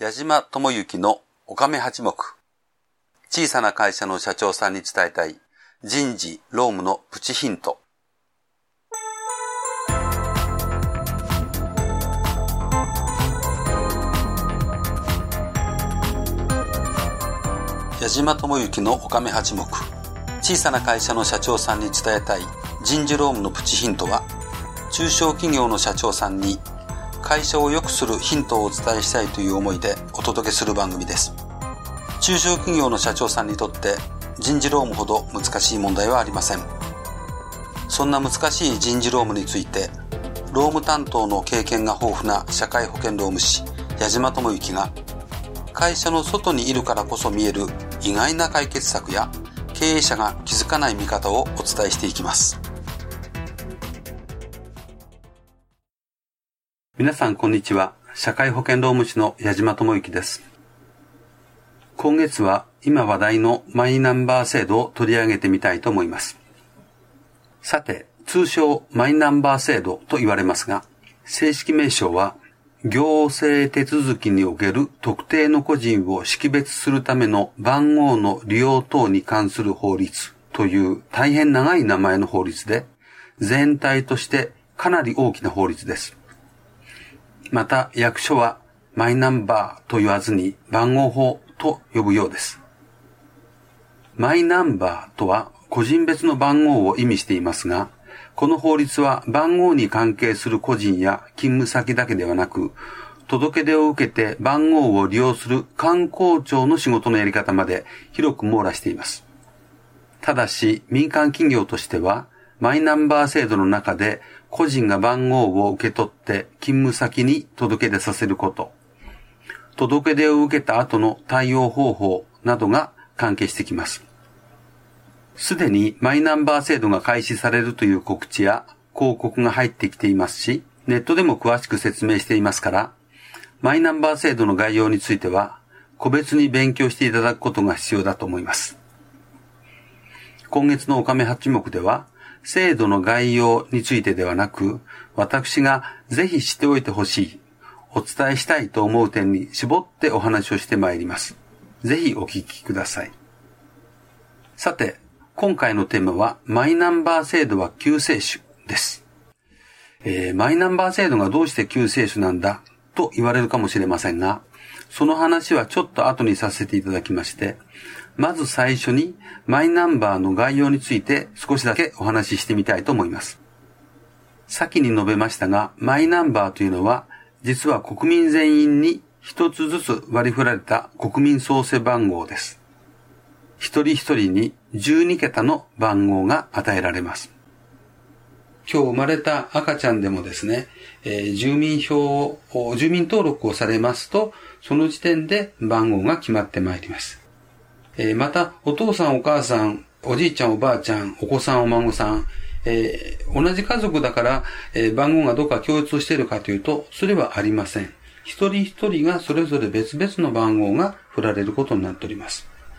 矢島智之のおかめ八目。小さな会社の社長さんに伝えたい人事・労務のプチヒント。矢島智之のおかめ八目。小さな会社の社長さんに伝えたい人事労務のプチヒントは、中小企業の社長さんに会社を良くするヒントをお伝えしたいという思いでお届けする番組です。中小企業の社長さんにとって人事労務ほど難しい問題はありません。そんな難しい人事労務について、労務担当の経験が豊富な社会保険労務士矢島智之が、会社の外にいるからこそ見える意外な解決策や経営者が気づかない見方をお伝えしていきます。皆さんこんにちは。社会保険労務士の矢島智之です。今月は今話題のマイナンバー制度を取り上げてみたいと思います。さて、通称マイナンバー制度と言われますが、正式名称は行政手続きにおける特定の個人を識別するための番号の利用等に関する法律という大変長い名前の法律で、全体としてかなり大きな法律です。また役所はマイナンバーと言わずに番号法と呼ぶようです。マイナンバーとは個人別の番号を意味していますが、この法律は番号に関係する個人や勤務先だけではなく、届け出を受けて番号を利用する官公庁の仕事のやり方まで広く網羅しています。ただし民間企業としては、マイナンバー制度の中で個人が番号を受け取って勤務先に届け出させること、届け出を受けた後の対応方法などが関係してきます。すでにマイナンバー制度が開始されるという告知や広告が入ってきていますし、ネットでも詳しく説明していますから、マイナンバー制度の概要については個別に勉強していただくことが必要だと思います。今月のおかめ八目では、制度の概要についてではなく、私がぜひ知っておいてほしい、お伝えしたいと思う点に絞ってお話をしてまいります。ぜひお聞きください。さて、今回のテーマは、マイナンバー制度は救世主です。マイナンバー制度がどうして救世主なんだと言われるかもしれませんが、その話はちょっと後にさせていただきまして、まず最初にマイナンバーの概要について少しだけお話ししてみたいと思います。先に述べましたが、マイナンバーというのは実は国民全員に一つずつ割り振られた国民創生番号です。一人一人に12桁の番号が与えられます。今日生まれた赤ちゃんでもですね、住民登録をされますと、その時点で番号が決まってまいります。また、お父さんお母さん、おじいちゃんおばあちゃん、お子さんお孫さん、同じ家族だから、番号がどこか共通しているかというと、それはありません。一人一人がそれぞれ別々の番号が振られることになっております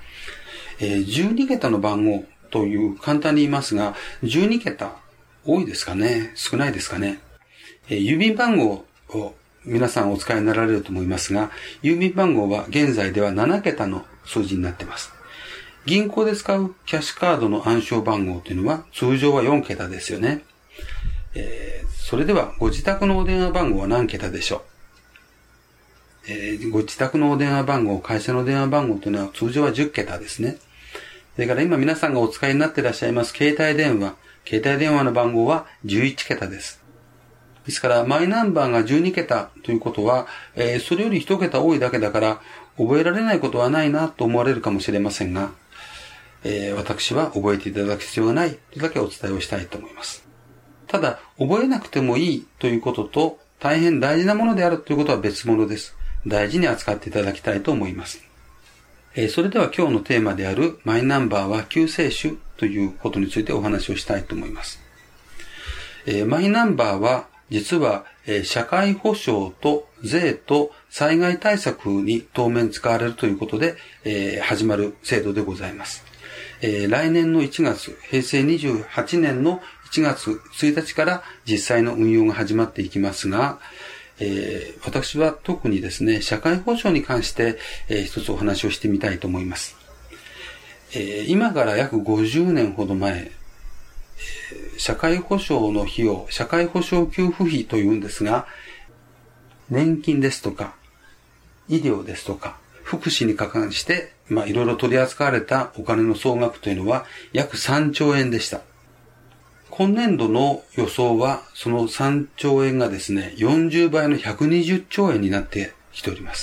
。12桁の番号という簡単に言いますが、12桁多いですかね、少ないですかね。郵便番号を皆さんお使いになられると思いますが、郵便番号は現在では7桁の数字になっています。銀行で使うキャッシュカードの暗証番号というのは通常は4桁ですよね。それではご自宅のお電話番号は何桁でしょう。ご自宅のお電話番号、会社の電話番号というのは通常は10桁ですね。それから今皆さんがお使いになっていらっしゃいます携帯電話の番号は11桁です。ですからマイナンバーが12桁ということは、それより1桁多いだけだから覚えられないことはないなと思われるかもしれませんが、私は覚えていただく必要がないとだけお伝えをしたいと思います。ただ覚えなくてもいいということと大変大事なものであるということは別物です。大事に扱っていただきたいと思います。それでは今日のテーマであるマイナンバーは救世主ということについてお話をしたいと思います。マイナンバーは実は社会保障と税と災害対策に当面使われるということで始まる制度でございます。来年の1月、平成28年の1月1日から実際の運用が始まっていきますが、 私は特にですね、社会保障に関して、一つお話をしてみたいと思います。今から約50年ほど前、社会保障の費用、社会保障給付費というんですが、年金ですとか、医療ですとか、福祉に関して、いろいろ取り扱われたお金の総額というのは約3兆円でした。今年度の予想は、その3兆円がですね、40倍の120兆円になってきております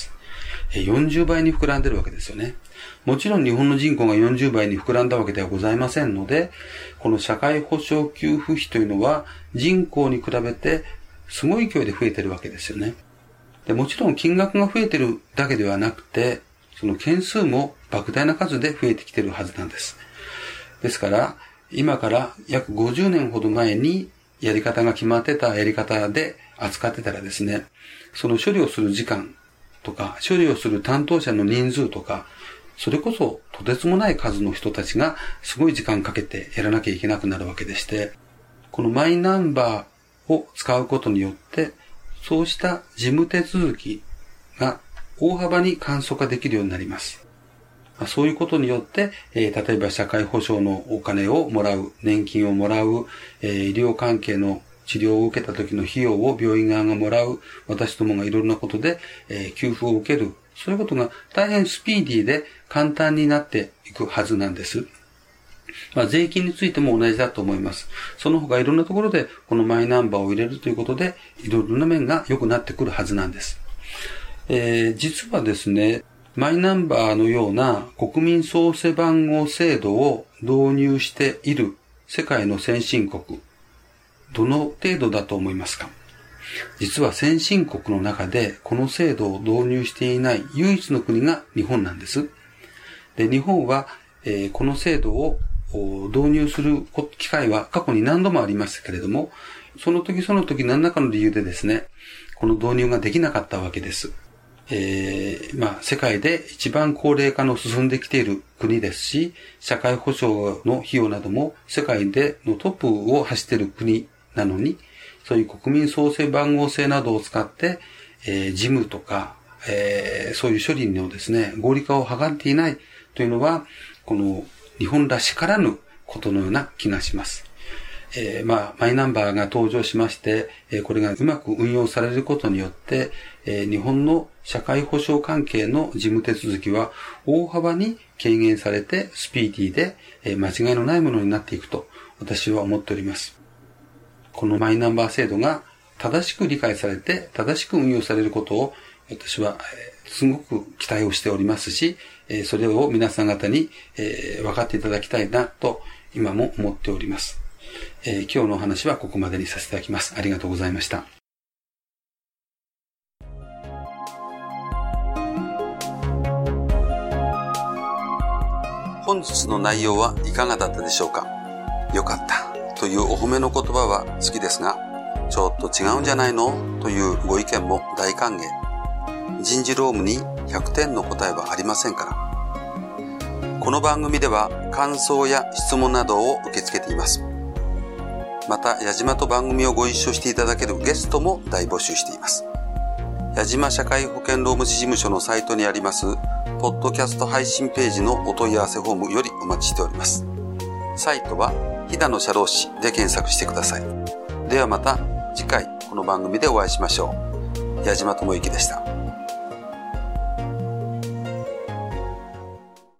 。40倍に膨らんでるわけですよね。もちろん日本の人口が40倍に膨らんだわけではございませんので、この社会保障給付費というのは人口に比べてすごい勢いで増えてるわけですよね。でもちろん金額が増えてるだけではなくて、その件数も莫大な数で増えてきてるはずなんです。ですから、今から約50年ほど前にやり方が決まってたやり方で扱ってたらですね、その処理をする時間とか、処理をする担当者の人数とか、それこそとてつもない数の人たちがすごい時間かけてやらなきゃいけなくなるわけでして、このマイナンバーを使うことによって、そうした事務手続きが大幅に簡素化できるようになります。そういうことによって、例えば社会保障のお金をもらう、年金をもらう、医療関係の治療を受けた時の費用を病院側がもらう、私どもがいろんなことで、給付を受ける、そういうことが大変スピーディーで簡単になっていくはずなんです。税金についても同じだと思います。その他いろんなところでこのマイナンバーを入れるということで、いろいろな面が良くなってくるはずなんです。実はですね、マイナンバーのような国民総背番号制度を導入している世界の先進国、どの程度だと思いますか？実は先進国の中でこの制度を導入していない唯一の国が日本なんです。で、日本は、この制度を導入する機会は過去に何度もありましたけれども、その時その時何らかの理由でですね、この導入ができなかったわけです。世界で一番高齢化の進んできている国ですし、社会保障の費用なども世界でのトップを走っている国なのに、そういう国民創生番号制などを使って、事務とか、そういう処理のですね、合理化を図っていないというのは、この日本らしからぬことのような気がします。マイナンバーが登場しまして、これがうまく運用されることによって、日本の社会保障関係の事務手続きは大幅に軽減されてスピーディーで、間違いのないものになっていくと私は思っております。このマイナンバー制度が正しく理解されて正しく運用されることを私はすごく期待をしておりますし、それを皆さん方に分かっていただきたいなと今も思っております。今日のお話はここまでにさせていただきます。ありがとうございました。本日の内容はいかがだったでしょうか？よかったというお褒めの言葉は好きですが、ちょっと違うんじゃないのというご意見も大歓迎。人事労務に100点の答えはありませんから。この番組では感想や質問などを受け付けています。また、矢島と番組をご一緒していただけるゲストも大募集しています。矢島社会保険労務士事務所のサイトにあります、ポッドキャスト配信ページのお問い合わせフォームよりお待ちしております。サイトは、飛騨の社労士で検索してください。ではまた次回この番組でお会いしましょう。矢島智之でした。